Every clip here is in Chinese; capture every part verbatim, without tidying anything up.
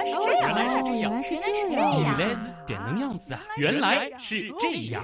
来是这样， 原来是这样， 原来是这样， 原来是这样子啊！原来是这样。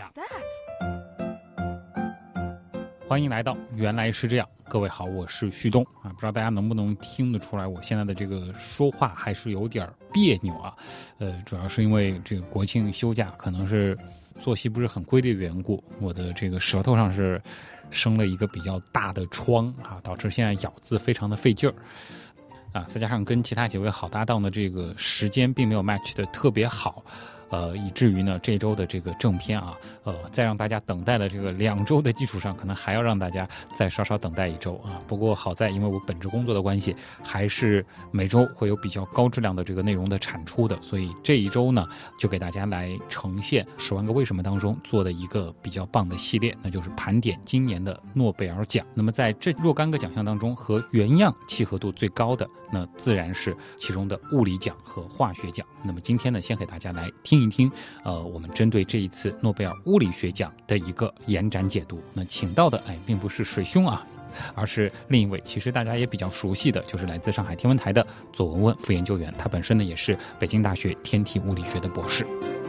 欢迎来到原来是这样，各位好，我是旭东啊。不知道大家能不能听得出来，我现在的这个说话还是有点别扭啊。呃，主要是因为这个国庆休假，可能是作息不是很规律的缘故，我的这个舌头上是生了一个比较大的疮啊，导致现在咬字非常的费劲儿。啊，再加上跟其他几位好搭档的这个时间并没有 match 的特别好，呃，以至于呢这周的这个正片啊，呃，在让大家等待的这个两周的基础上，可能还要让大家再稍稍等待一周啊。不过好在，因为我本职工作的关系，还是每周会有比较高质量的这个内容的产出的，所以这一周呢，就给大家来呈现《十万个为什么》当中做的一个比较棒的系列，那就是盘点今年的诺贝尔奖。那么在这若干个奖项当中，和原样契合度最高的，那自然是其中的物理奖和化学奖。那么今天呢，先给大家来听一听，呃，我们针对这一次诺贝尔物理学奖的一个延展解读。那请到的，哎，并不是水兄啊，而是另一位，其实大家也比较熟悉的，就是来自上海天文台的左文文副研究员，他本身呢也是北京大学天体物理学的博士。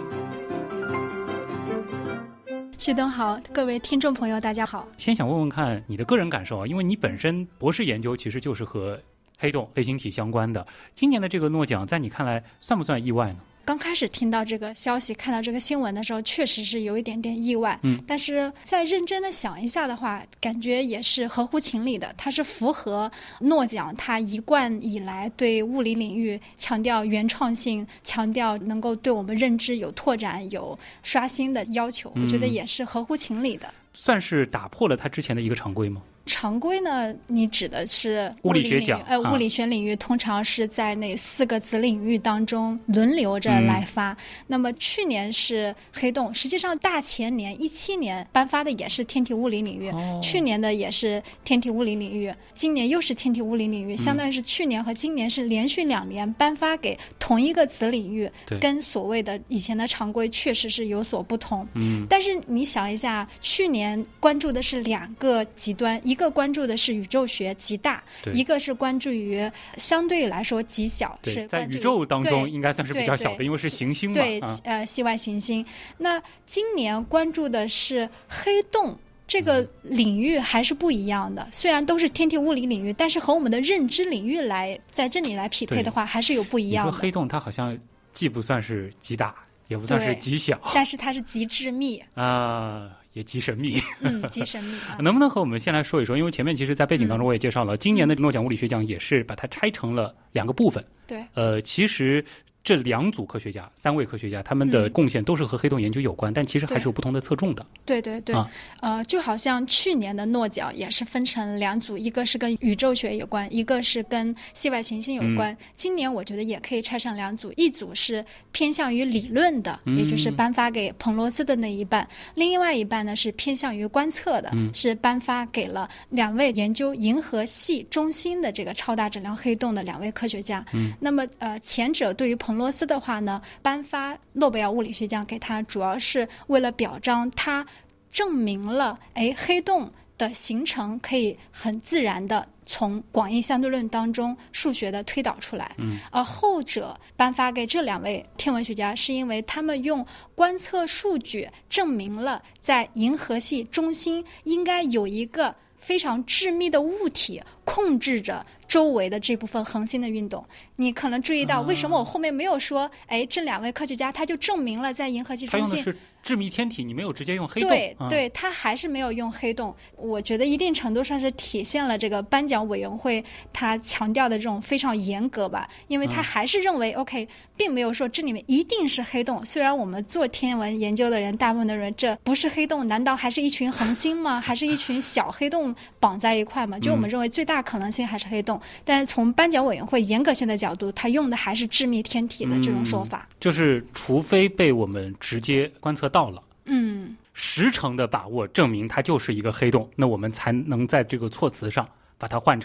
旭东好，各位听众朋友大家好。 先想问问看你的个人感受啊，因为你本身博士研究其实就是和黑洞类星体相关的，今年的这个诺奖在你看来算不算意外呢？ 刚开始听到这个消息，看到这个新闻的时候，确实是有一点点意外。嗯，但是再认真的想一下的话，感觉也是合乎情理的。它是符合诺奖它一贯以来对物理领域强调原创性、强调能够对我们认知有拓展、有刷新的要求。我觉得也是合乎情理的。嗯， 算是打破了它之前的一个常规吗？ 常规呢，你指的是物理学奖， 呃，物理学领域通常是在那四个子领域当中轮流着来发。嗯、那么去年是黑洞，实际上大前年一七年颁发的也是天体物理领域，哦、去年的也是天体物理领域，今年又是天体物理领域，相当于是去年和今年是连续两年颁发给同一个子领域，跟所谓的以前的常规确实是有所不同。嗯，但是你想一下，去年关注的是两个极端。一个关注的是宇宙学极大，一个是关注于相对来说极小，是在宇宙当中应该算是比较小的，因为是行星嘛。 对， 啊、 呃，系外行星。那今年关注的是黑洞。这个领域还是不一样的，虽然都是天体物理领域，但是和我们的认知领域来在这里来匹配的话，还是有不一样的。 你说黑洞它好像既不算是极大，也不算是极小， 但是它是极致密啊。呃也极神秘， 嗯，极神秘、啊。 能不能和我们先来说一说？因为前面其实，在背景当中我也介绍了，嗯、今年的诺奖物理学奖也是把它拆成了两个部分。 对， 呃，其实这两组科学家，三位科学家，他们的贡献都是和黑洞研究有关，嗯、但其实还是有不同的侧重的。 对对对，啊、呃，就好像去年的诺奖也是分成两组，一个是跟宇宙学有关，一个是跟系外行星有关。嗯、今年我觉得也可以拆成两组，一组是偏向于理论的，嗯、也就是颁发给彭罗斯的那一半，另外一半呢是偏向于观测的，嗯、是颁发给了两位研究银河系中心的这个超大质量黑洞的两位科学家。嗯、那么呃，前者对于彭罗斯的话呢，颁发诺贝尔物理学奖给他，主要是为了表彰他证明了，哎，黑洞的形成可以很自然的从广义相对论当中数学的推导出来。嗯，而后者颁发给这两位天文学家，是因为他们用观测数据证明了在银河系中心应该有一个非常致密的物体控制着周围的这部分恒星的运动。你可能注意到为什么我后面没有说，哎，这两位科学家他就证明了在银河系中心他用的是致密天体，你没有直接用黑洞。 对、 嗯、 对，他还是没有用黑洞。我觉得一定程度上是体现了这个颁奖委员会他强调的这种非常严格吧，因为他还是认为、嗯、OK， 并没有说这里面一定是黑洞。虽然我们做天文研究的人大部分的人这不是黑洞，难道还是一群恒星吗？还是一群小黑洞绑在一块吗？就我们认为最大可能性还是黑洞。嗯、但是从颁奖委员会严格性的角度，他用的还是致密天体的这种说法、 嗯、就是除非被我们直接观测到了， 嗯， 十成的把握证明它就是一个黑洞，那我们才能在这个措辞上把它换成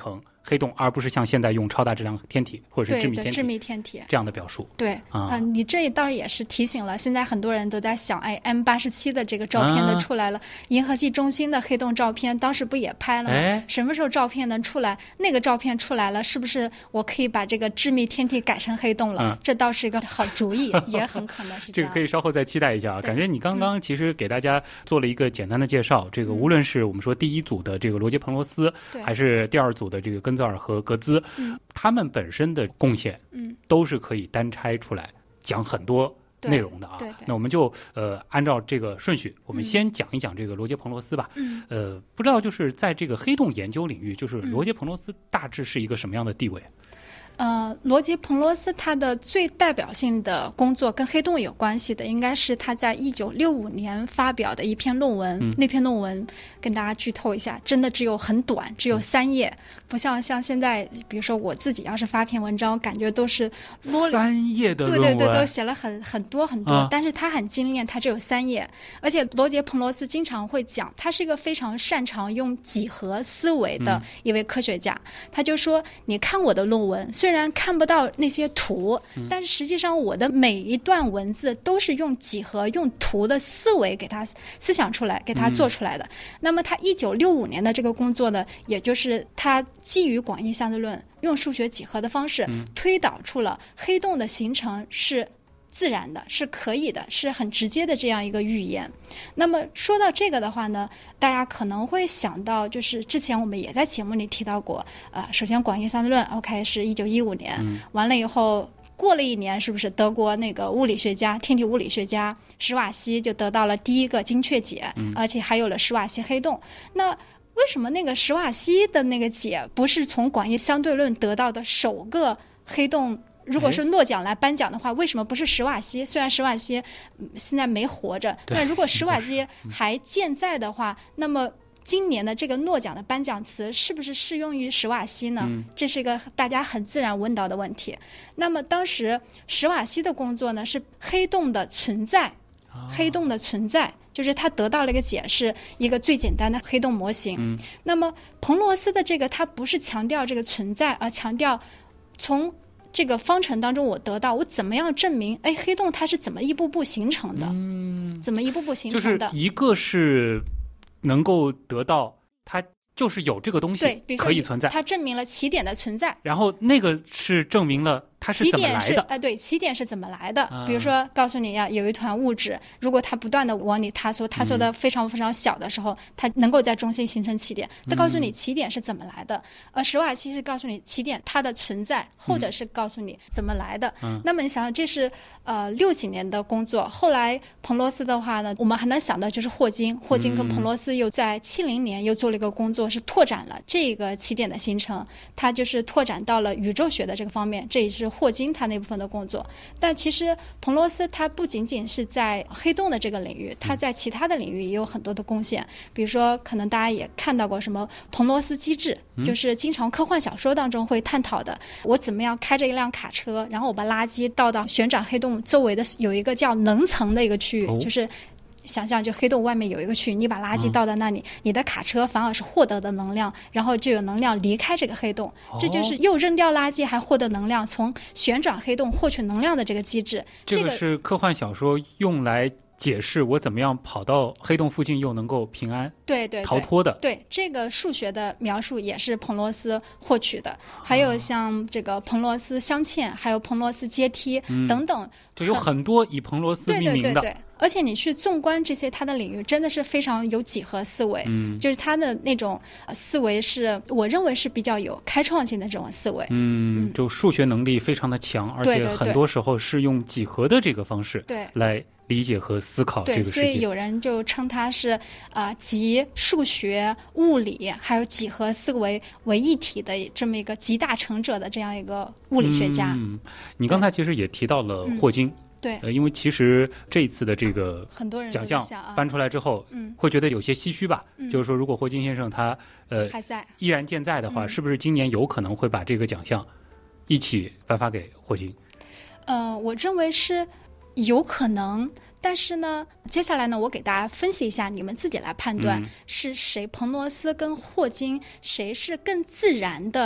黑洞，而不是像现在用超大质量天体或者是致密天体对对致密天体这样的表述。 对啊、 呃，你这倒也是提醒了，现在很多人都在想，哎 ，M 八十七的这个照片都出来了，啊、银河系中心的黑洞照片当时不也拍了吗？ 哎、 什么时候照片能出来？那个照片出来了，是不是我可以把这个致密天体改成黑洞了？嗯、这倒是一个好主意，也很可能是这样。 这个可以稍后再期待一下啊。感觉你刚刚其实给大家做了一个简单的介绍，嗯、这个无论是我们说第一组的这个罗杰·彭罗斯，嗯、还是第二组的这个根泽尔和格兹，嗯、他们本身的贡献，嗯，都是可以单拆出来讲很多内容的啊。 对对对， 那我们就呃按照这个顺序，我们先讲一讲这个罗杰·彭罗斯吧。嗯，呃，不知道就是在这个黑洞研究领域，就是罗杰·彭罗斯大致是一个什么样的地位？ 呃，罗杰·彭罗斯他的最代表性的工作跟黑洞有关系的，应该是他在一九六五年发表的一篇论文。嗯、那篇论文跟大家剧透一下，真的只有很短，只有三页，嗯、不像像现在，比如说我自己要是发篇文章，感觉都是啰三页的论文， 对对对，都写了很很多很多。啊、但是他很精炼，他只有三页。而且罗杰·彭罗斯经常会讲，他是一个非常擅长用几何思维的一位科学家。嗯、他就说，你看我的论文，虽然看不到那些图，但是实际上我的每一段文字都是用几何、用图的思维给他思想出来、给他做出来的。嗯、那么他一九六五年的这个工作呢，也就是他基于广义相对论，用数学几何的方式推导出了黑洞的形成是自然的，是可以的，是很直接的这样一个预言。那么说到这个的话呢，大家可能会想到，就是之前我们也在节目里提到过，呃，首先广义相对论 OK 是一九一五年、嗯、完了以后过了一年，是不是德国那个物理学家天体物理学家史瓦西就得到了第一个精确解、嗯、而且还有了史瓦西黑洞。那为什么那个史瓦西的那个解不是从广义相对论得到的首个黑洞？如果是诺奖来颁奖的话，为什么不是史瓦西？虽然史瓦西现在没活着，但如果史瓦西还健在的话，那么今年的这个诺奖的颁奖词是不是适用于史瓦西呢？嗯、这是一个大家很自然问到的问题。那么当时史瓦西的工作呢是黑洞的存在，哦、黑洞的存在。就是他得到了一个解释，一个最简单的黑洞模型。嗯、那么彭罗斯的这个，他不是强调这个存在，而强调从这个方程当中我得到，我怎么样证明，哎，黑洞它是怎么一步步形成的？嗯、怎么一步步形成的？ 就是一个是能够得到它就是有这个东西可以存在， 它证明了起点的存在。 然后那个是证明了它是怎么来的？ 起点是哎，对，起点是怎么来的？嗯、比如说，告诉你呀，有一团物质，如果它不断的往里塌缩，塌缩的非常非常小的时候，嗯、它能够在中心形成起点。它告诉你起点是怎么来的，而史瓦西是告诉你起点它的存在，后者是告诉你怎么来的。嗯、那么你想想，这是呃六几年的工作。后来彭罗斯的话呢，我们还能想到就是霍金，霍金跟彭罗斯又在七零年又做了一个工作，是拓展了这个起点的形成，它就是拓展到了宇宙学的这个方面，这也是霍金他那部分的工作。但其实彭罗斯他不仅仅是在黑洞的这个领域，他在其他的领域也有很多的贡献。比如说可能大家也看到过什么彭罗斯机制，就是经常科幻小说当中会探讨的，我怎么样开着一辆卡车，然后我把垃圾倒到旋转黑洞周围的有一个叫能层的一个区域，哦、就是想象就黑洞外面有一个区域，你把垃圾倒到那里，嗯、你的卡车反而是获得的能量，然后就有能量离开这个黑洞，哦、这就是又扔掉垃圾还获得能量，从旋转黑洞获取能量的这个机制。 这个是科幻小说用来解释我怎么样跑到黑洞附近又能够平安对对逃脱的。 对，对这个数学的描述也是彭罗斯获取的，还有像这个彭罗斯镶嵌，还有彭罗斯阶梯、嗯、等等， 就有很多以彭罗斯命名的。 对对对对，而且你去纵观这些他的领域，真的是非常有几何思维，嗯，就是他的那种思维是我认为是比较有开创性的这种思维。 嗯，就数学能力非常的强，而且很多时候是用几何的这个方式对来理解和思考这个世界。 对，所以有人就称他是啊、呃、集数学、物理还有几何思维为一体的这么一个集大成者的这样一个物理学家。 嗯，你刚才其实也提到了霍金。 对， 呃，因为其实这一次的这个很多人奖项颁出来之后，嗯，会觉得有些唏嘘吧。嗯，就是说，如果霍金先生他呃还在依然健在的话， 嗯， 是不是今年有可能会把这个奖项一起颁发给霍金？ 呃，我认为是有可能，但是呢，接下来呢，我给大家分析一下，你们自己来判断，嗯，是谁，彭罗斯跟霍金谁是更自然的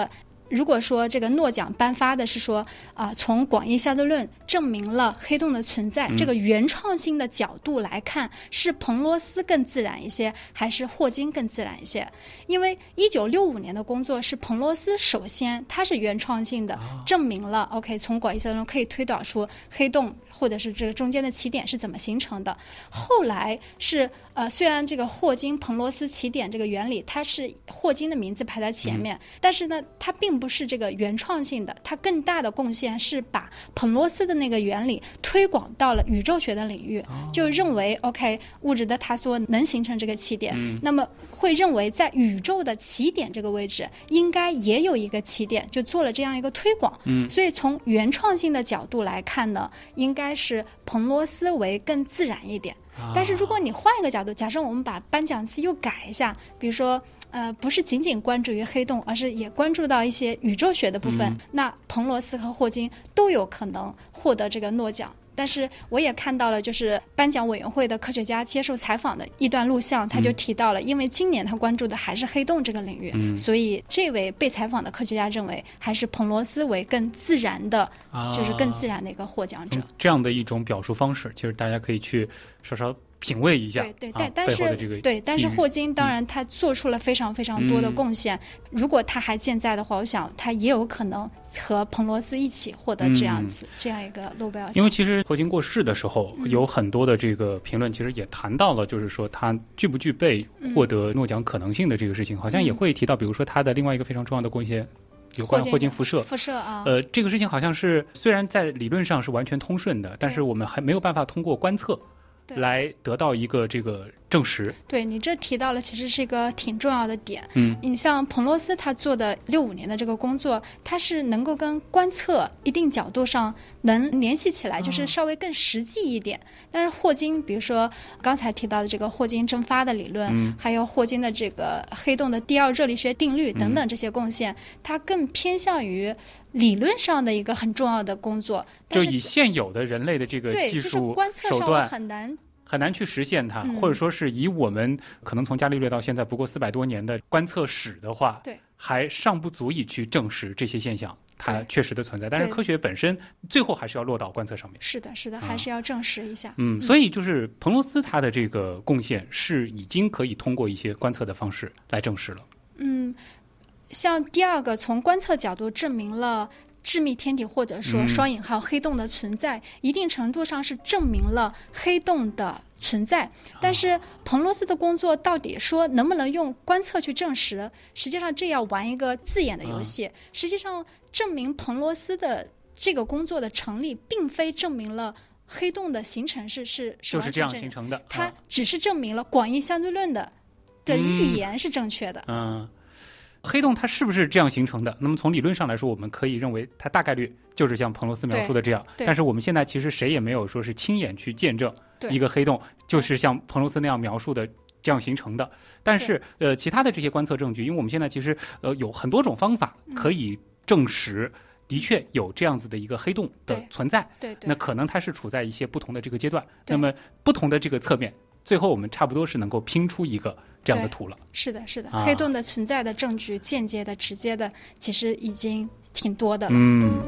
如果说这个诺奖颁发的是说啊、呃，从广义相对论证明了黑洞的存在、嗯、这个原创性的角度来看，是彭罗斯更自然一些还是霍金更自然一些？因为一九六五年的工作是彭罗斯首先他是原创性的、哦、证明了 OK 从广义相对论可以推导出黑洞或者是这个中间的起点是怎么形成的。后来是呃，虽然这个霍金彭罗斯起点这个原理它是霍金的名字排在前面、嗯、但是呢它并不是这个原创性的，它更大的贡献是把彭罗斯的那个原理推广到了宇宙学的领域、哦、就认为 OK 物质的塌缩能形成这个起点、嗯、那么会认为在宇宙的起点这个位置应该也有一个起点，就做了这样一个推广、嗯、所以从原创性的角度来看呢，应该是彭罗斯为更自然一点。但是如果你换一个角度，假设我们把颁奖词又改一下，比如说呃，不是仅仅关注于黑洞，而是也关注到一些宇宙学的部分、嗯、那彭罗斯和霍金都有可能获得这个诺奖。但是我也看到了就是颁奖委员会的科学家接受采访的一段录像，他就提到了、嗯、因为今年他关注的还是黑洞这个领域、嗯、所以这位被采访的科学家认为还是彭罗斯为更自然的、啊、就是更自然的一个获奖者、 嗯、这样的一种表述方式其实大家可以去稍稍品味一下， 对对， 啊、 但但是这个对，但是霍金当然他做出了非常非常多的贡献、嗯，如果他还健在的话，我想他也有可能和彭罗斯一起获得这样子、嗯、这样一个诺贝尔奖。 因为其实霍金过世的时候，嗯、有很多的这个评论，其实也谈到了，就是说他具不具备获得诺奖可能性的这个事情，嗯、好像也会提到，比如说他的另外一个非常重要的贡献。有关霍金辐射， 辐射啊， 呃，这个事情好像是虽然在理论上是完全通顺的，但是我们还没有办法通过观测来得到一个这个证实。 对，你这提到了其实是一个挺重要的点。 嗯， 你像彭罗斯他做的六五年的这个工作，他是能够跟观测一定角度上能联系起来，就是稍微更实际一点。哦、但是霍金，比如说刚才提到的这个霍金蒸发的理论，嗯、还有霍金的这个黑洞的第二热力学定律等等这些贡献，它、嗯、更偏向于理论上的一个很重要的工作。 就以现有的人类的这个技术手段， 对，就是观测上我很难。 很难去实现它、嗯，或者说是以我们可能从伽利略到现在不过四百多年的观测史的话， 对， 还尚不足以去证实这些现象它确实的存在。但是科学本身最后还是要落到观测上面。 是的，是的，还是要证实一下。 嗯，嗯所以就是彭罗斯他的这个贡献是已经可以通过一些观测的方式来证实了。 嗯，像第二个从观测角度证明了致密天体或者说双引号黑洞的存在、嗯、一定程度上是证明了黑洞的存在，但是彭罗斯的工作到底说能不能用观测去证实，实际上这要玩一个字眼的游戏、嗯、实际上证明彭罗斯的这个工作的成立并非证明了黑洞的形成是是就是这样形成的， 它只是证明了广义相对论的的预言是正确的。 嗯，嗯黑洞它是不是这样形成的？那么从理论上来说，我们可以认为它大概率就是像彭罗斯描述的这样。但是我们现在其实谁也没有说是亲眼去见证一个黑洞就是像彭罗斯那样描述的这样形成的。但是呃，其他的这些观测证据，因为我们现在其实呃有很多种方法可以证实的确有这样子的一个黑洞的存在。 对，对对， 那可能它是处在一些不同的这个阶段。那么不同的这个侧面，最后我们差不多是能够拼出一个这样的图了。 是的，是的、啊，黑洞的存在的证据，间接的、直接的，其实已经挺多的了。 嗯。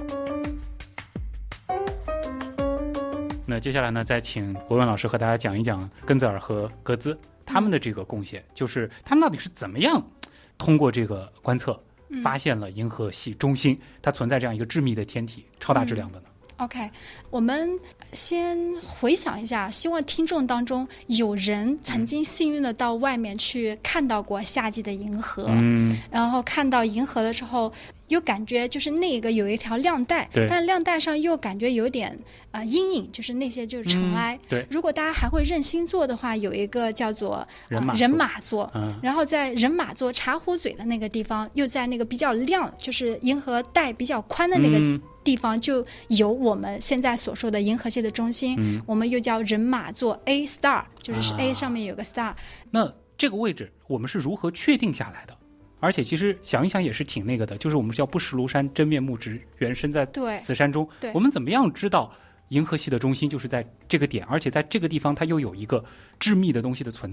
那接下来呢，再请博文老师和大家讲一讲根泽尔和格兹他们的这个贡献、嗯，就是他们到底是怎么样通过这个观测发现了银河系中心、嗯、它存在这样一个致密的天体，超大质量的呢？ 嗯OK， 我们先回想一下，希望听众当中有人曾经幸运的到外面去看到过夏季的银河， 嗯， 然后看到银河的时候，又感觉就是那个有一条亮带，但亮带上又感觉有点啊、呃、阴影，就是那些就是尘埃、 嗯。对， 如果大家还会认星座的话，有一个叫做人马、 呃、人马座、 嗯， 然后在人马座茶壶嘴的那个地方，又在那个比较亮，就是银河带比较宽的那个。嗯地方就有我们现在所说的银河系的中心、嗯、我们又叫人马座 A star， 就是 A 上面有个 star、啊、 那这个位置我们是如何确定下来的？而且其实想一想也是挺那个的，就是我们叫不识庐山真面目，只缘身在此山中。我们怎么样知道银河系的中心就是在这个点，而且在这个地方它又有一个致密的东西的存在？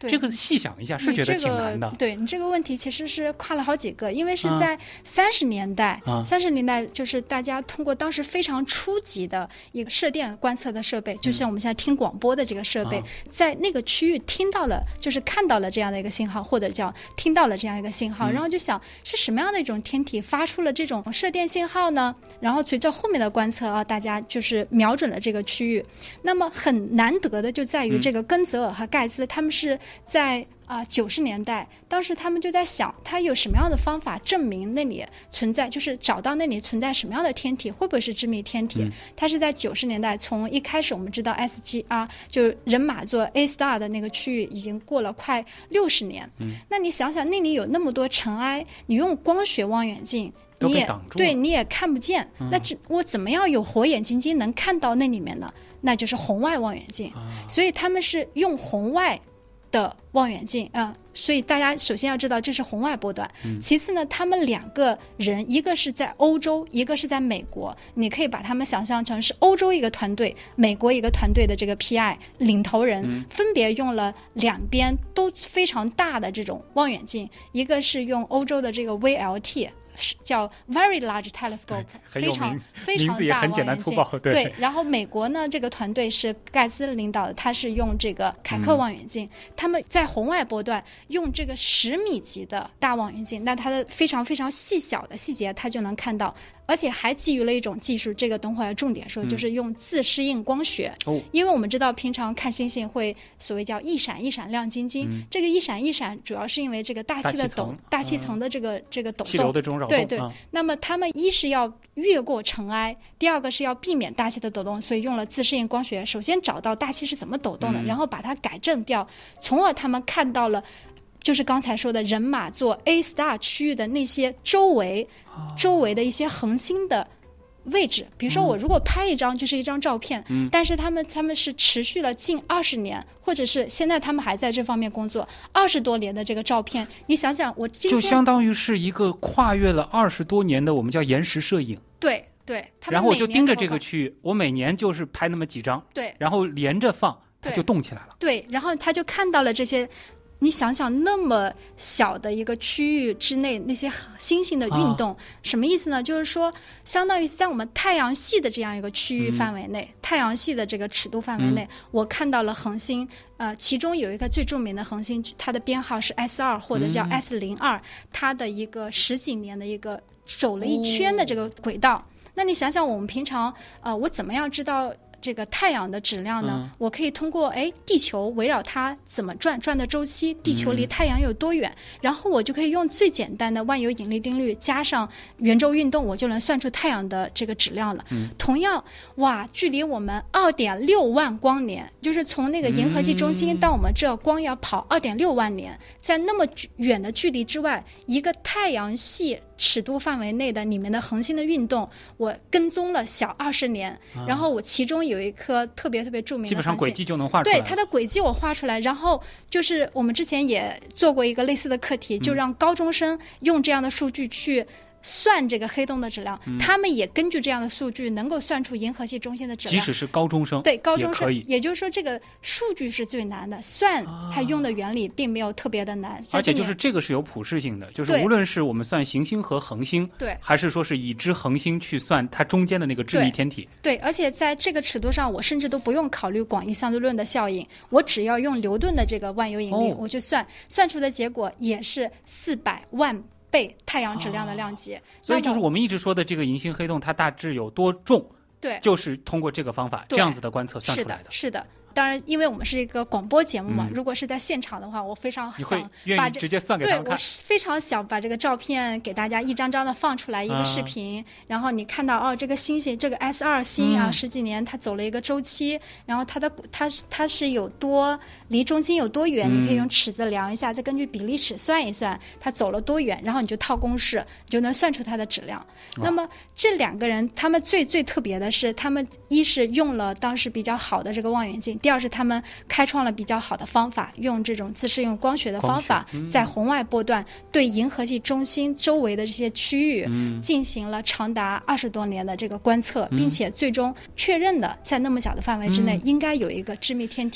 这个细想一下是觉得挺难的。 你这个、对你这个问题其实是跨了好几个，因为是在三十年代，三十、啊、年代就是大家通过当时非常初级的一个射电观测的设备，嗯、就像我们现在听广播的这个设备，啊、在那个区域听到了，就是看到了这样的一个信号，或者叫听到了这样一个信号，嗯、然后就想是什么样的一种天体发出了这种射电信号呢？然后随着后面的观测啊，大家就是瞄准了这个区域。那么很难得的就在于这个根泽尔和盖兹，嗯、他们是在啊九十年代，当时他们就在想，他有什么样的方法证明那里存在，就是找到那里存在什么样的天体，会不会是致密天体？嗯、他是在九十年代，从一开始我们知道 S G R 就是人马座 A star 的那个区域，已经过了快六十年。嗯、那你想想，那里有那么多尘埃，你用光学望远镜。你也对，你也看不见。嗯、那这我怎么样有火眼金睛能看到那里面呢？那就是红外望远镜。啊、所以他们是用红外的望远镜啊、呃。所以大家首先要知道这是红外波段。嗯、其次呢，他们两个人，一个是在欧洲，一个是在美国。你可以把他们想象成是欧洲一个团队，美国一个团队的这个 P I 领头人，嗯、分别用了两边都非常大的这种望远镜，一个是用欧洲的这个 V L T。叫 Very Large Telescope， 非常非常大望远镜。 对, 对，然后美国呢，这个团队是盖茨领导的，他是用这个凯克望远镜，嗯、他们在红外波段用这个十米级的大望远镜，那它的非常非常细小的细节，它就能看到。而且还基于了一种技术，这个等会儿要重点说，就是用自适应光学。嗯、因为我们知道平常看星星会所谓叫一闪一闪亮晶晶，嗯、这个一闪一闪主要是因为这个大气的抖大气层的这个、嗯、这个抖动， 气流的这种扰动。 对对。 嗯、 那么他们一是要越过尘埃，第二个是要避免大气的抖动，所以用了自适应光学。首先找到大气是怎么抖动的，嗯、然后把它改正掉，从而他们看到了。就是刚才说的人马座 A star 区域的那些周围、哦、周围的一些恒星的位置，比如说我如果拍一张就是一张照片，嗯、但是他们他们是持续了近二十年，或者是现在他们还在这方面工作二十多年的这个照片，你想想我今天就相当于是一个跨越了二十多年的我们叫延时摄影。 对对， 然后我就盯着这个区域，我每年就是拍那么几张， 对， 然后连着放，它就动起来了。 对，然后他就看到了这些。你想想那么小的一个区域之内那些星星的运动、啊、什么意思呢？就是说相当于在我们太阳系的这样一个区域范围内、嗯、太阳系的这个尺度范围内、嗯、我看到了恒星，呃，其中有一个最著名的恒星，它的编号是 S 二 或者叫 S 零二、嗯、它的一个十几年的一个走了一圈的这个轨道、哦、那你想想我们平常呃，我怎么样知道这个太阳的质量呢、嗯、我可以通过哎地球围绕它怎么转转的周期，地球离太阳有多远、嗯、然后我就可以用最简单的万有引力定律加上圆周运动，我就能算出太阳的这个质量了、嗯、同样哇，距离我们 二点六万光年，就是从那个银河系中心到我们这光要跑 二点六万年，在那么远的距离之外，一个太阳系尺度范围内的里面的恒星的运动，我跟踪了小二十年、啊、然后我其中有一颗特别特别著名的恒星， 基本上轨迹就能画出来， 对，它的轨迹我画出来，然后就是我们之前也做过一个类似的课题、嗯、就让高中生用这样的数据去算这个黑洞的质量、嗯、他们也根据这样的数据能够算出银河系中心的质量， 即使是高中生， 对，高中生也可以，也就是说这个数据是最难的，算它用的原理并没有特别的难、啊、 而且就是这个是有普适性的，就是无论是我们算行星和恒星，对，还是说是已知恒星去算它中间的那个致密天体， 对, 对，而且在这个尺度上我甚至都不用考虑广义相对论的效应，我只要用牛顿的这个万有引力、哦、我就算算出的结果也是四百万倍太阳质量的量级、哦、 所以就是我们一直说的这个银星黑洞它大致有多重， 对， 就是通过这个方法这样子的观测算出来的， 是的，是的。当然因为我们是一个广播节目嘛、嗯、如果是在现场的话，我非常想把直接算给他们看， 对，我非常想把这个照片给大家一张张的放出来一个视频、啊、然后你看到哦，这个星星这个 S 二 星啊、嗯、十几年它走了一个周期，然后它的它它是有多离中心有多远、嗯、你可以用尺子量一下，再根据比例尺算一算它走了多远，然后你就套公式，你就能算出它的质量。那么这两个人他们最最特别的是，他们一是用了当时比较好的这个望远镜，第二是他们开创了比较好的方法，用这种自适应光学的方法、嗯、在红外波段对银河系中心周围的这些区域、嗯、进行了长达二十多年的这个观测、嗯、并且最终确认了在那么小的范围之内、嗯、应该有一个致密天体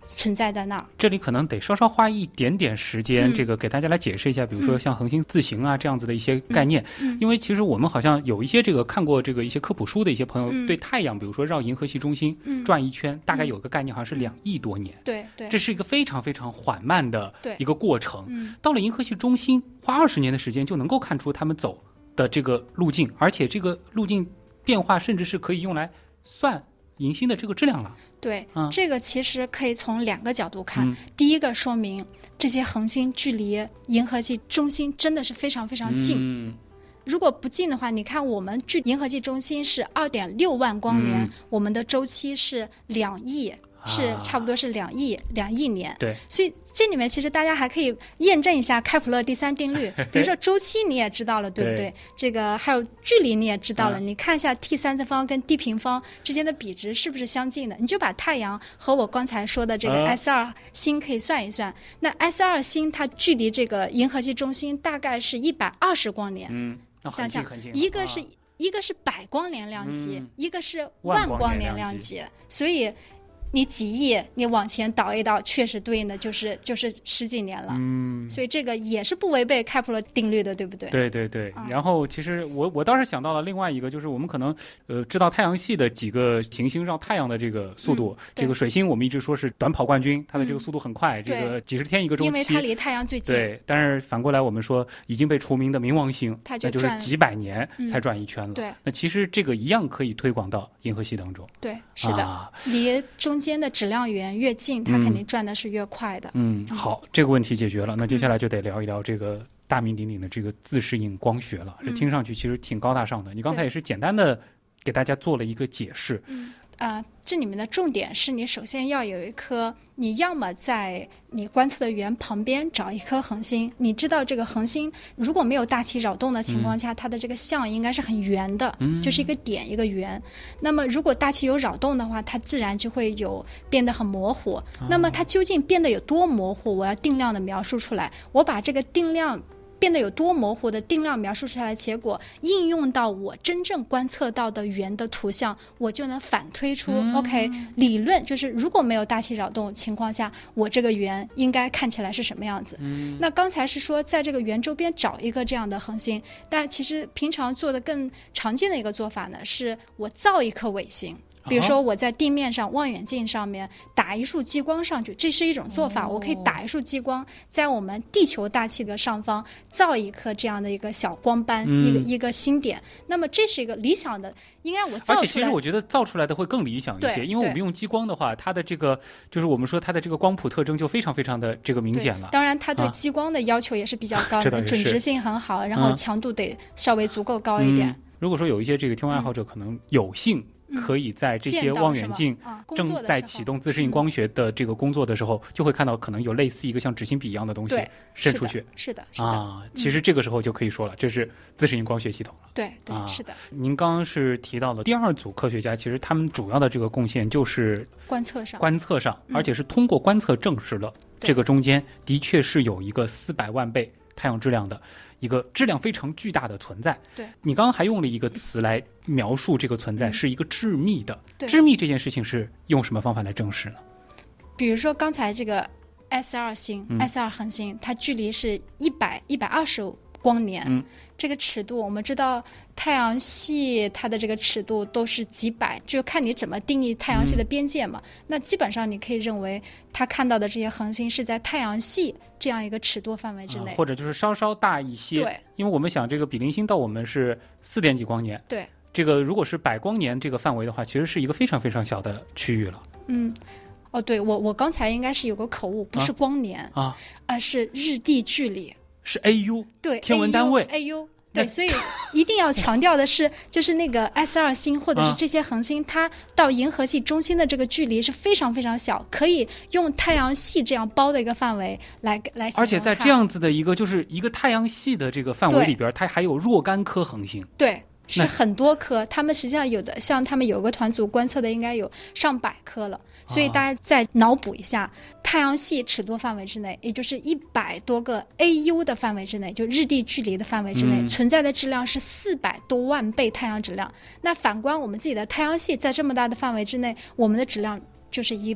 存在在那儿。 这里可能得稍稍花一点点时间， 嗯、 这个给大家来解释一下，比如说像恒星自行啊、嗯、这样子的一些概念、 嗯嗯。 因为其实我们好像有一些这个看过这个一些科普书的一些朋友， 嗯、 对太阳，比如说绕银河系中心转一圈，嗯、大概有个概念，好像是两亿多年。 嗯、对对， 这是一个非常非常缓慢的一个过程。 嗯、 到了银河系中心，花二十年的时间就能够看出他们走的这个路径，而且这个路径变化甚至是可以用来算银星的这个质量了。 对、 嗯， 这个其实可以从两个角度看、 嗯、 第一个说明这些恒星距离银河系中心真的是非常非常近、 嗯、 如果不近的话，你看我们距银河系中心是二点六万光年、嗯、我们的周期是两亿，是差不多是两亿两亿年。 对， 所以这里面其实大家还可以验证一下开普勒第三定律，比如说周期你也知道了，对不对？对，这个还有距离你也知道了、嗯、你看一下 t 三次方跟 d 平方之间的比值是不是相近的，你就把太阳和我刚才说的这个 S 二 星可以算一算、嗯、那 S 二 星它距离这个银河系中心大概是一百二十光年。 嗯， 想想一个是、啊、一个是百光年量级、嗯、一个是万光年量级，所以你几亿你往前倒一倒，确实对应的就是就是十几年了。 嗯， 所以这个也是不违背开普勒定律的，对不对？ 对对对、 嗯、 然后其实我我倒是想到了另外一个，就是我们可能呃知道太阳系的几个行星绕太阳的这个速度、嗯、这个水星我们一直说是短跑冠军，它的这个速度很快、嗯、这个几十天一个周期， 因为它离太阳最近。 对，但是反过来我们说已经被除名的冥王星， 它就那就是几百年才转一圈了、 嗯、对， 那其实这个一样可以推广到银河系当中。 对，是的、啊、离中间的质量源越近，它肯定转的是越快的。 嗯，好，这个问题解决了，那接下来就得聊一聊这个大名鼎鼎的这个自适应光学了。这、嗯、听上去其实挺高大上的，你刚才也是简单的给大家做了一个解释。 嗯啊、呃，这里面的重点是你首先要有一颗，你要么在你观测的圆旁边找一颗恒星，你知道这个恒星如果没有大气扰动的情况下、嗯、它的这个像应该是很圆的、嗯、就是一个点一个圆。那么如果大气有扰动的话，它自然就会有变得很模糊、哦、那么它究竟变得有多模糊，我要定量的描述出来，我把这个定量变得有多模糊的定量描述出来的结果应用到我真正观测到的圆的图像，我就能反推出、嗯、OK 理论，就是如果没有大气扰动情况下，我这个圆应该看起来是什么样子、嗯、那刚才是说在这个圆周边找一个这样的恒星，但其实平常做的更常见的一个做法呢，是我造一颗卫星，比如说我在地面上望远镜上面打一束激光上去，这是一种做法、哦、我可以打一束激光在我们地球大气的上方造一颗这样的一个小光斑、嗯、一个一个星点，那么这是一个理想的，应该我造出来， 而且其实我觉得造出来的会更理想一些，因为我们用激光的话，它的这个就是我们说它的这个光谱特征就非常非常的这个明显了。 当然它对激光的要求也是比较高的、啊、准直性很好，然后强度得稍微足够高一点、嗯、 如果说有一些这个天文爱好者可能有幸可以在这些望远镜正在启动自适应光学的这个工作的时候，就会看到可能有类似一个像纸芯笔一样的东西伸出去。 是的，是的啊，其实这个时候就可以说了，这是自适应光学系统了。 对对、 啊， 是的。 您刚刚是提到了第二组科学家，其实他们主要的这个贡献就是观测上， 观测上，而且是通过观测证实了这个中间的确是有一个四百万倍太阳质量的一个质量非常巨大的存在。 对， 你刚刚还用了一个词来描述这个存在、嗯、是一个致密的。致密这件事情是用什么方法来证实呢？ 比如说刚才这个 S 二 星、嗯、S 二 恒星，它距离是一百一百二十光年、嗯、这个尺度我们知道太阳系它的这个尺度都是几百，就看你怎么定义太阳系的边界嘛、嗯、那基本上你可以认为它看到的这些恒星是在太阳系这样一个尺度范围之内、啊、 或者就是稍稍大一些。 对， 因为我们想这个比邻星到我们是四点几光年， 对， 这个如果是百光年这个范围的话，其实是一个非常非常小的区域了。 嗯，哦，对，我我刚才应该是有个口误，不是光年啊， 啊，是日地距离， 是 A U， 对， 天文单位 A U。对，所以一定要强调的是，就是那个 S 二 星或者是这些恒星、啊、它到银河系中心的这个距离是非常非常小，可以用太阳系这样包的一个范围来来形容它。 而且在这样子的一个就是一个太阳系的这个范围里边，它还有若干颗恒星。 对。是很多颗，他们实际上有的像他们有个团组观测的应该有上百颗了，所以大家再脑补一下、啊、太阳系尺度范围之内，也就是一百多个 A U 的范围之内，就日地距离的范围之内、嗯、存在的质量是四百多万倍太阳质量。那反观我们自己的太阳系，在这么大的范围之内，我们的质量就是一倍，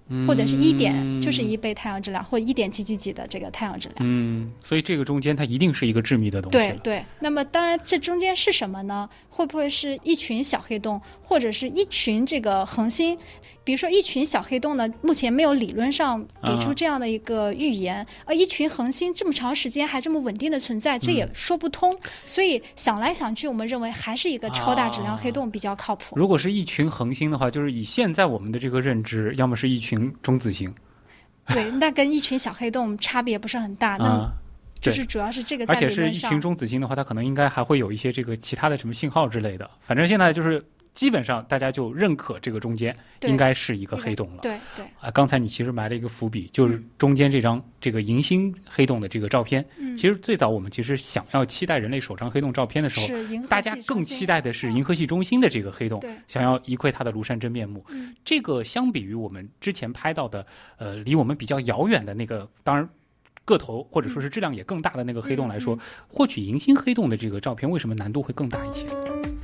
或者是一点就是一倍太阳质量，或一点几几几的这个太阳质量。 嗯，所以这个中间它一定是一个致密的东西。 对对。那么当然，这中间是什么呢？会不会是一群小黑洞，或者是一群这个恒星？比如说一群小黑洞呢，目前没有理论上给出这样的一个预言，而、嗯、一群恒星这么长时间还这么稳定的存在，这也说不通。嗯、所以想来想去，我们认为还是一个超大质量黑洞比较靠谱。 啊、如果是一群恒星的话，就是以现在我们的这个认知，要么是一群中子星。 对，那跟一群小黑洞差别不是很大。那么就是主要是这个在理论上， 而且是一群中子星的话，它可能应该还会有一些这个其他的什么信号之类的。反正现在就是基本上大家就认可这个中间应该是一个黑洞了。 对对啊，刚才你其实埋了一个伏笔，就是中间这张这个银星黑洞的这个照片。嗯，其实最早我们其实想要期待人类首张黑洞照片的时候，大家更期待的是银河系中心的这个黑洞， 嗯、 想要一窥它的庐山真面目。 嗯， 这个相比于我们之前拍到的，呃，离我们比较遥远的那个，当然个头或者说是质量也更大的那个黑洞来说， 嗯、 获取银星黑洞的这个照片，为什么难度会更大一些？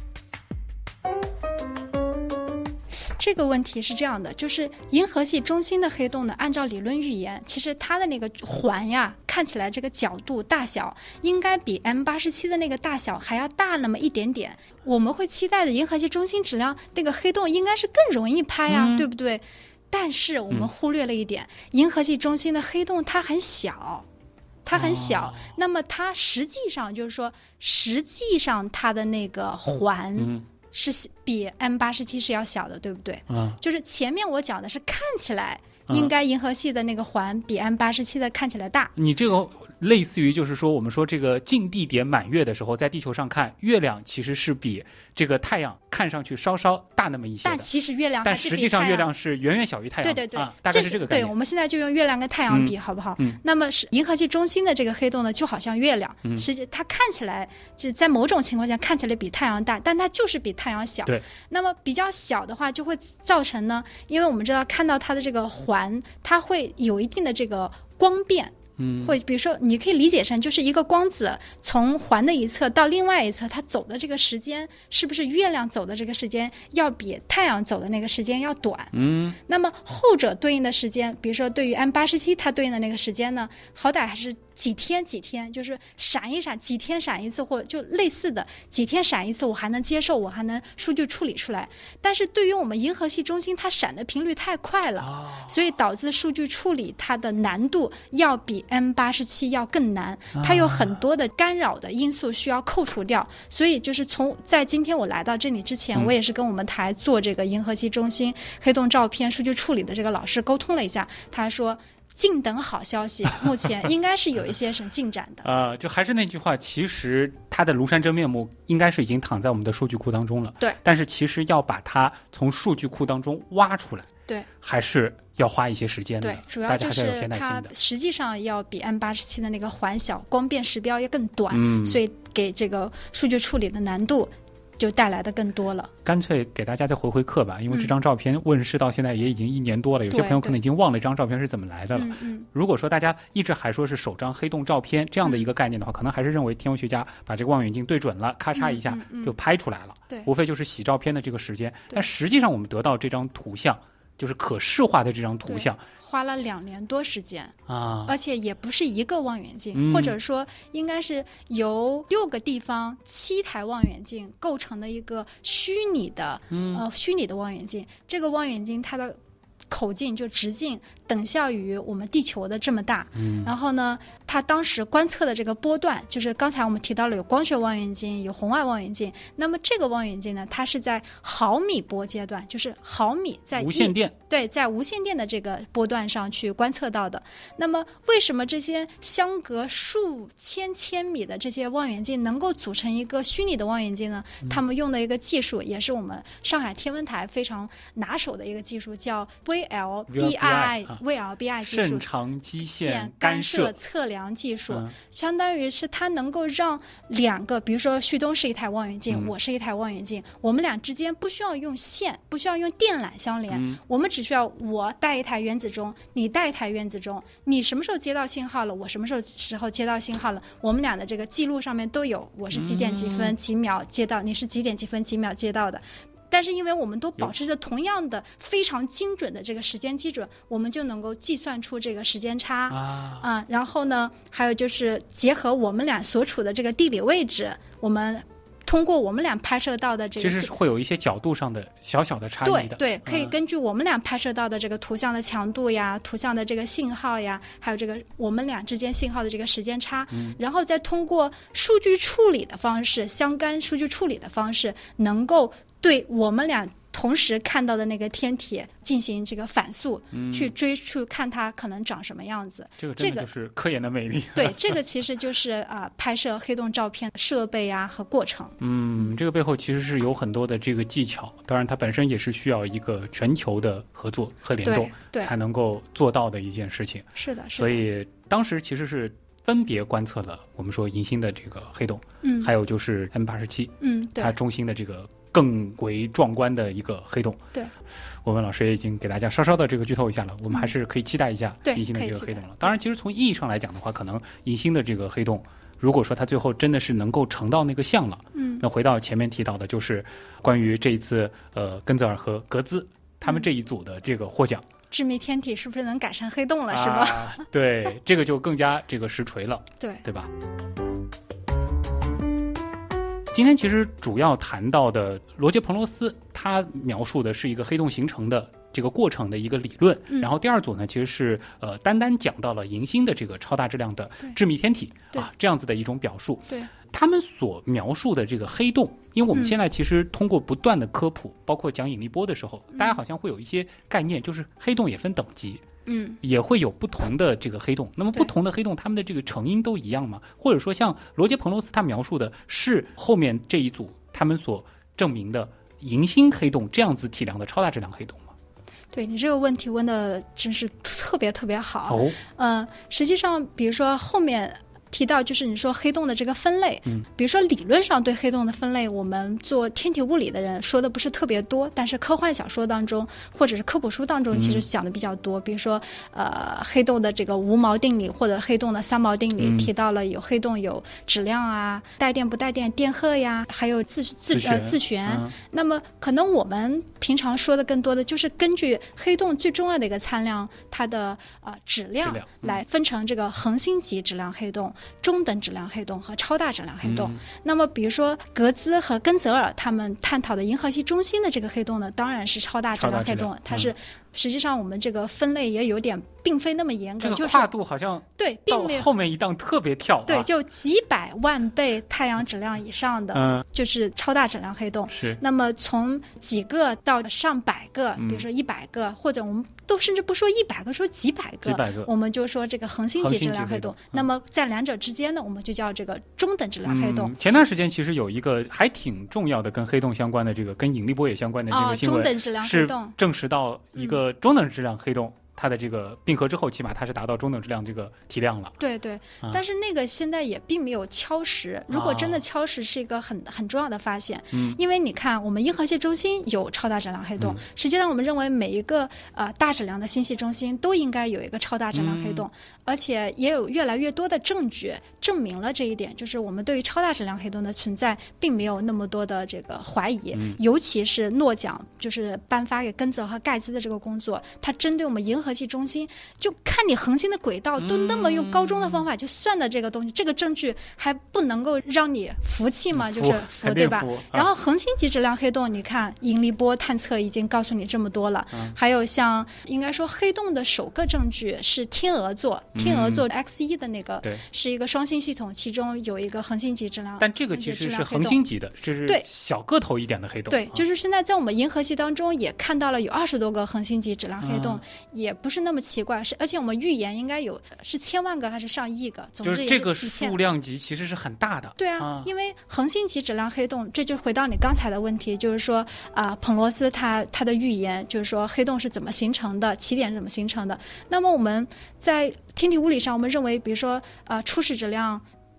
这个问题是这样的，就是银河系中心的黑洞呢，按照理论预言，其实它的那个环呀，看起来这个角度大小应该比 M 八十七 的那个大小还要大那么一点点。我们会期待的银河系中心质量那个黑洞应该是更容易拍啊，嗯、对不对？但是我们忽略了一点，嗯、银河系中心的黑洞它很小。它很小，哦、那么它实际上就是说，实际上它的那个环。嗯是比 M 八十七 是要小的，对不对？ 嗯， 就是前面我讲的是看起来应该银河系的那个环比 M 八十七 的看起来大。 你这个类似于就是说，我们说这个近地点满月的时候，在地球上看月亮，其实是比这个太阳看上去稍稍大那么一些的。 但其实月亮但实际上月亮是远远小于太阳。 对对对， 啊、大概是这个概念。 对，我们现在就用月亮跟太阳比，嗯、好不好？ 嗯。 那么是银河系中心的这个黑洞呢，就好像月亮， 嗯、 实际它看起来就在某种情况下看起来比太阳大，但它就是比太阳小。 对。 那么比较小的话，就会造成呢，因为我们知道看到它的这个环，它会有一定的这个光变。 嗯， 会比如说你可以理解成就是一个光子从环的一侧到另外一侧，它走的这个时间是不是月亮走的这个时间要比太阳走的那个时间要短？ 嗯， 那么后者对应的时间，比如说对于 M 八十七 它对应的那个时间呢，好歹还是几天几天，就是闪一闪，几天闪一次，或就类似的几天闪一次，我还能接受，我还能数据处理出来。但是对于我们银河系中心，它闪的频率太快了， 哦、 所以导致数据处理它的难度要比 M 八十七 要更难，它有很多的干扰的因素需要扣除掉。所以就是从在今天我来到这里之前， 嗯、 我也是跟我们台做这个银河系中心黑洞照片数据处理的这个老师沟通了一下，他说静等好消息，目前应该是有一些什么进展的。 呃，就还是那句话，其实它的庐山真面目应该是已经躺在我们的数据库当中了。 对。 但是其实要把它从数据库当中挖出来， 对， 还是要花一些时间的。 对，主要就是它实际上要比 M 八十七 的那个环小，光变时标也更短， 嗯、 所以给这个数据处理的难度就带来的更多了。 干脆给大家再回回课吧，因为这张照片问世到现在也已经一年多了，嗯、有些朋友可能已经忘了这张照片是怎么来的了。 嗯嗯、 如果说大家一直还说是首张黑洞照片这样的一个概念的话，嗯、可能还是认为天文学家把这个望远镜对准了，咔嚓一下就拍出来了。 对、嗯嗯， 无非就是洗照片的这个时间。但实际上我们得到这张图像，就是可视化的这张图像， 花了两年多时间啊， 而且也不是一个望远镜， 嗯、 或者说应该是由六个地方七台望远镜构成的一个虚拟的， 嗯、 呃虚拟的望远镜。这个望远镜它的口径就直径等效于我们地球的这么大， 嗯、 然后呢，它当时观测的这个波段，就是刚才我们提到了有光学望远镜，有红外望远镜。那么这个望远镜呢，它是在毫米波阶段，就是毫米在无线电， 对，在无线电的这个波段上去观测到的。那么为什么这些相隔数千千米的这些望远镜能够组成一个虚拟的望远镜呢？ 嗯、 他们用的一个技术，也是我们上海天文台非常拿手的一个技术，叫 V L B I V L B I 技术， 甚长基线干涉测量技术， 嗯、 相当于是它能够让两个，比如说旭东是一台望远镜， 嗯、 我是一台望远镜，我们俩之间不需要用线，不需要用电缆相连， 嗯、 我们只需要我带一台原子钟，你带一台原子钟，你什么时候接到信号了，我什么时候时候接到信号了，我们俩的这个记录上面都有，我是几点几分、 嗯、 几秒接到，你是几点几分几秒接到的。 但是因为我们都保持着同样的非常精准的这个时间基准，我们就能够计算出这个时间差啊、呃。然后呢，还有就是结合我们俩所处的这个地理位置，我们通过我们俩拍摄到的这个， 其实是会有一些角度上的小小的差异的。 对对，可以根据我们俩拍摄到的这个图像的强度呀、图像的这个信号呀，还有这个我们俩之间信号的这个时间差，嗯、然后再通过数据处理的方式，相干数据处理的方式，能够对我们俩同时看到的那个天体进行这个反溯、嗯、去追去看它可能长什么样子。 这个真的就是科研的魅力。 对，这个其实就是啊、呃、拍摄黑洞照片设备啊和过程。 嗯，这个背后其实是有很多的这个技巧，当然它本身也是需要一个全球的合作和联动才能够做到的一件事情。 是的，是的。 所以当时其实是分别观测了我们说银星的这个黑洞，嗯，还有就是 M 八十七，嗯，对，它中心的这个更为壮观的一个黑洞。 对， 我们老师也已经给大家稍稍的这个剧透一下了，我们还是可以期待一下银星的这个黑洞了。当然，其实从意义上来讲的话，可能银星的这个黑洞，如果说它最后真的是能够成到那个像了，嗯，那回到前面提到的，就是关于这一次呃根泽尔和格兹他们这一组的这个获奖。嗯， 致密天体是不是能改善黑洞了，是吧？ 啊、对，这个就更加这个实锤了， 对对吧？今天其实主要谈到的罗杰·彭罗斯，他描述的是一个黑洞形成的这个过程的一个理论，嗯、然后第二组呢，其实是呃单单讲到了银星的这个超大质量的致密天体啊这样子的一种表述。 对， 他们所描述的这个黑洞，因为我们现在其实通过不断的科普，嗯、包括讲引力波的时候，大家好像会有一些概念，就是黑洞也分等级。嗯，也会有不同的这个黑洞。那么不同的黑洞，它们的这个成因都一样吗？或者说，像罗杰·彭罗斯他描述的是后面这一组他们所证明的银星黑洞这样子体量的超大质量黑洞吗？ 对，你这个问题问的真是特别特别好。哦，呃，实际上，比如说后面提到就是你说黑洞的这个分类，嗯，比如说理论上对黑洞的分类，我们做天体物理的人说的不是特别多，但是科幻小说当中或者是科普书当中其实讲的比较多。嗯、比如说，呃，黑洞的这个无毛定理或者黑洞的三毛定理、嗯、提到了有黑洞有质量啊、带电不带电、电荷呀，还有自自呃自旋。嗯、那么可能我们平常说的更多的就是根据黑洞最重要的一个参量它的呃质量来分成这个恒星级质量黑洞、中等质量黑洞和超大质量黑洞。嗯、那么比如说格兹和根泽尔他们探讨的银河系中心的这个黑洞呢，当然是超大质量黑洞，它是、嗯、实际上我们这个分类也有点并非那么严格， 这个跨度好像对，并没有后面一档特别跳、啊， 对，就几百万倍太阳质量以上的，嗯，就是超大质量黑洞。 是， 那么从几个到上百个，比如说一百个，嗯、或者我们都甚至不说一百个，说几百个， 几百个， 我们就说这个恒星级质量黑洞。嗯、那么在两者之间呢，我们就叫这个中等质量黑洞。 嗯、前段时间其实有一个还挺重要的跟黑洞相关的这个跟引力波也相关的这个新闻， 哦、中等质量黑洞是证实到一个中等质量黑洞。嗯它的这个并合之后，起码它是达到中等质量这个体量了。 对对，啊、但是那个现在也并没有敲实。如果真的敲实，是一个很很重要的发现。嗯，因为你看，我们银河系中心有超大质量黑洞，嗯、实际上我们认为每一个呃大质量的星系中心都应该有一个超大质量黑洞，嗯、而且也有越来越多的证据证明了这一点，就是我们对于超大质量黑洞的存在并没有那么多的这个怀疑。嗯、尤其是诺奖就是颁发给根泽和盖兹的这个工作，它针对我们银河系中心，就看你恒星的轨道都那么用高中的方法就算的这个东西，嗯、这个证据还不能够让你服气吗？就是服，对吧？ 啊、 然后恒星级质量黑洞，你看引力波探测已经告诉你这么多了，嗯、还有像应该说黑洞的首个证据是天鹅座，嗯、天鹅座 X 一 的那个是一个双星系统，其中有一个恒星级质量， 但这个其实是恒星级的，这是小个头一点的黑洞。 对，就是现在在我们银河系当中也看到了有二十多个恒星级质量黑洞，嗯、也不是那么奇怪，是而且我们预言应该有是千万个还是上亿个，总之也是就是这个数量级其实是很大的。 对啊， 啊因为恒星级质量黑洞，这就回到你刚才的问题，就是说啊、呃，彭罗斯他他的预言就是说黑洞是怎么形成的，起点是怎么形成的。那么我们在天体物理上，我们认为，比如说呃初始质量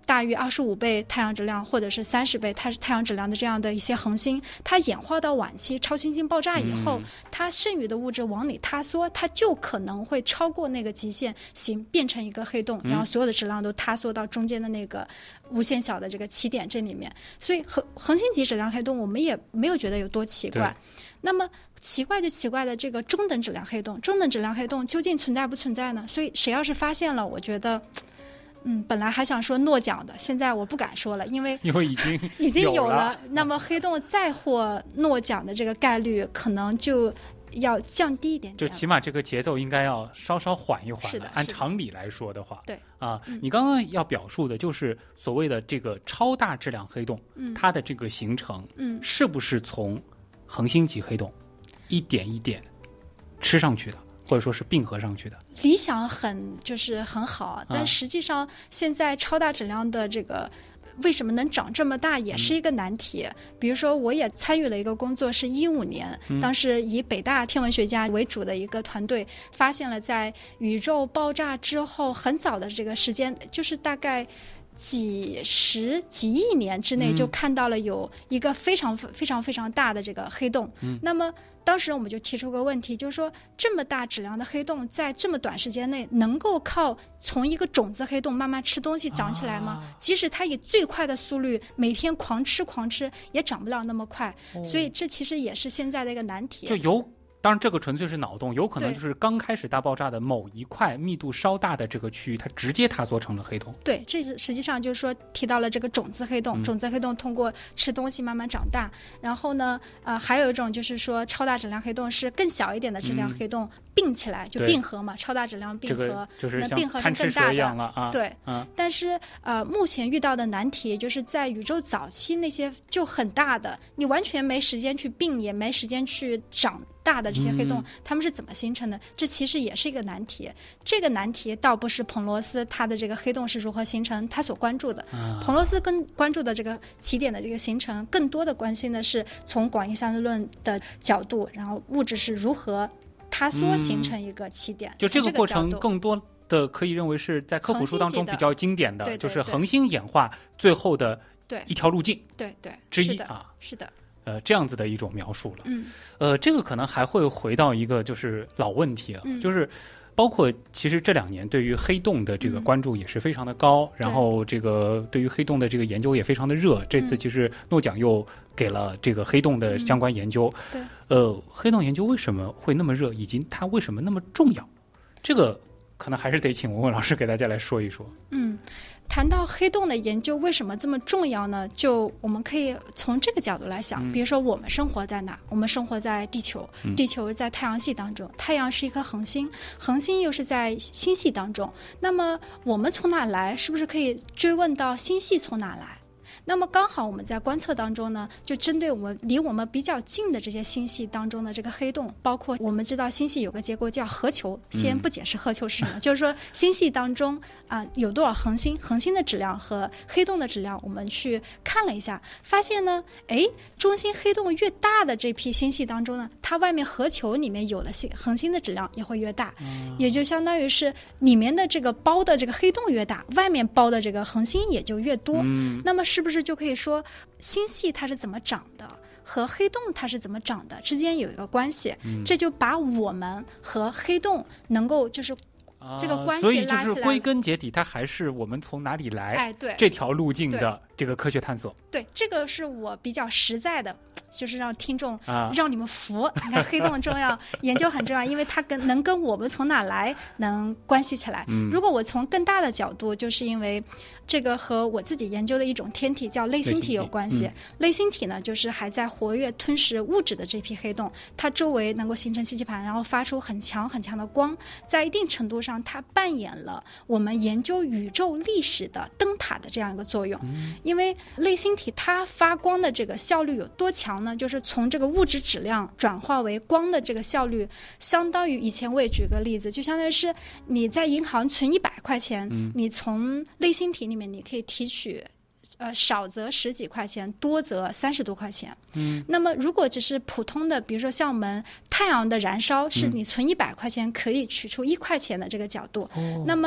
大于二十五倍太阳质量或者是三十倍太太阳质量的这样的一些恒星，它演化到晚期超新星爆炸以后、嗯、它剩余的物质往里塌缩，它就可能会超过那个极限，形变成一个黑洞，然后所有的质量都塌缩到中间的那个无限小的这个起点这里面。所以恒恒星级质量黑洞我们也没有觉得有多奇怪。那么奇怪就奇怪的这个中等质量黑洞，中等质量黑洞究竟存在不存在呢？所以谁要是发现了，我觉得嗯，本来还想说诺奖的，现在我不敢说了，因为因为已经已经有了。 有了那么黑洞再获诺奖的这个概率可能就要降低一点点， 就起码这个节奏应该要稍稍缓一缓了。 是的， 按常理来说的话， 对啊、嗯，你刚刚要表述的就是所谓的这个超大质量黑洞，嗯，它的这个形成，嗯，是不是从恒星级黑洞一点一点吃上去的？或者说是并合上去的， 理想很就是很好，但实际上现在超大质量的这个为什么能长这么大也是一个难题。嗯、比如说我也参与了一个工作，是一五年、嗯、当时以北大天文学家为主的一个团队发现了在宇宙爆炸之后很早的这个时间，就是大概几十几亿年之内就看到了有一个非常非常非常大的这个黑洞、嗯、那么当时我们就提出个问题，就是说这么大质量的黑洞在这么短时间内能够靠从一个种子黑洞慢慢吃东西长起来吗、啊、即使它以最快的速率每天狂吃狂吃也长不了那么快、哦、所以这其实也是现在的一个难题。 就有当然这个纯粹是脑洞，有可能就是刚开始大爆炸的某一块密度稍大的这个区域它直接塌缩成了黑洞。 对，这实际上就是说提到了这个种子黑洞、嗯、种子黑洞通过吃东西慢慢长大。然后呢呃，还有一种就是说超大质量黑洞是更小一点的质量黑洞、嗯、并起来就并合嘛，超大质量并合、这个、 就是像并合是更大的了、啊、 对、啊、但是呃，目前遇到的难题就是在宇宙早期那些就很大的你完全没时间去并也没时间去长大的这些黑洞、嗯、它们是怎么形成的，这其实也是一个难题。这个难题倒不是彭罗斯他的这个黑洞是如何形成他所关注的、啊、彭罗斯跟关注的这个起点的这个形成更多的关心的是从广义相对论的角度，然后物质是如何塌缩形成一个起点、嗯、 就这个过程更多的可以认为是在科普书当中比较经典的， 对对对， 就是恒星演化最后的一条路径对对之一是的啊， 是的， 呃，这样子的一种描述了。 嗯， 呃，这个可能还会回到一个就是老问题了，嗯、就是包括其实这两年对于黑洞的这个关注也是非常的高，嗯、然后这个对于黑洞的这个研究也非常的热。这次其实诺奖又给了这个黑洞的相关研究。 嗯、 对，呃，黑洞研究为什么会那么热，以及它为什么那么重要？这个可能还是得请文文老师给大家来说一说。 嗯。谈到黑洞的研究为什么这么重要呢？就我们可以从这个角度来想、嗯、比如说我们生活在哪？我们生活在地球、嗯、地球在太阳系当中，太阳是一颗恒星，恒星又是在星系当中，那么我们从哪来？是不是可以追问到星系从哪来？那么刚好我们在观测当中呢，就针对我们离我们比较近的这些星系当中的这个黑洞，包括我们知道星系有个结构叫核球，先不解释核球是什么、嗯、就是说星系当中啊、呃、有多少恒星，恒星的质量和黑洞的质量我们去看了一下，发现呢，哎，中心黑洞越大的这批星系当中呢，它外面核球里面有的星恒星的质量也会越大、嗯、也就相当于是里面的这个包的这个黑洞越大，外面包的这个恒星也就越多、嗯、那么是不是就可以说星系它是怎么长的和黑洞它是怎么长的之间有一个关系、嗯、这就把我们和黑洞能够就是这个关系拉起来、 啊、所以就是归根结底它还是我们从哪里来、 哎、对这条路径的这个科学探索。 对，这个是我比较实在的，就是让听众、啊、让你们服。你看黑洞很重要，研究很重要，因为它跟能跟我们从哪来能关系起来、嗯、如果我从更大的角度，就是因为这个和我自己研究的一种天体叫类星体有关系。类星体、嗯、类星体呢就是还在活跃吞噬物质的这批黑洞，它周围能够形成吸气盘，然后发出很强很强的光，在一定程度上它扮演了我们研究宇宙历史的灯塔的这样一个作用、嗯、因为类星体它发光的这个效率有多强呢？就是从这个物质质量转化为光的这个效率，相当于以前我也举个例子，就相当于是你在银行存一百块钱、嗯、你从类星体里面你可以提取呃，少则十几块钱，多则三十多块钱。嗯，那么如果只是普通的，比如说像我们太阳的燃烧，是你存一百块钱可以取出一块钱的这个角度。嗯、那么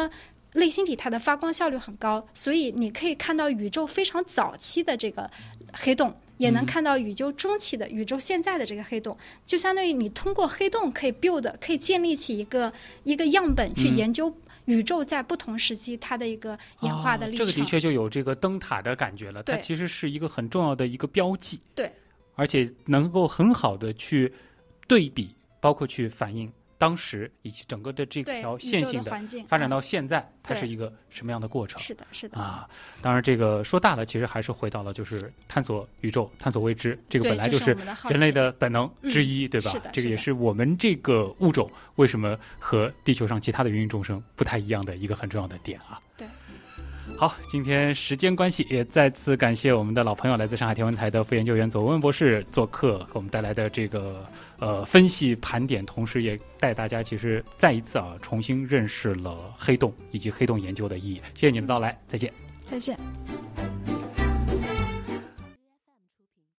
类星体它的发光效率很高，所以你可以看到宇宙非常早期的这个黑洞，也能看到宇宙中期的、嗯、宇宙现在的这个黑洞，就相当于你通过黑洞可以 build 可以建立起一个一个样本去研究宇宙在不同时期它的一个演化的历程、 哦、这个的确就有这个灯塔的感觉了，它其实是一个很重要的一个标记， 对， 而且能够很好的去对比，包括去反映当时以及整个的这条线性的发展到现在，它是一个什么样的过程？ 是的，是的啊。当然，这个说大了，其实还是回到了就是探索宇宙、探索未知，这个本来就是人类的本能之一，对吧？ 是的， 这个也是我们这个物种为什么和地球上其他的芸芸众生不太一样的一个很重要的点啊。 对。 好，今天时间关系，也再次感谢我们的老朋友，来自上海天文台的副研究员左文博士做客，和我们带来的这个呃分析盘点，同时也带大家其实再一次啊重新认识了黑洞以及黑洞研究的意义。谢谢你的到来，再见。 再见。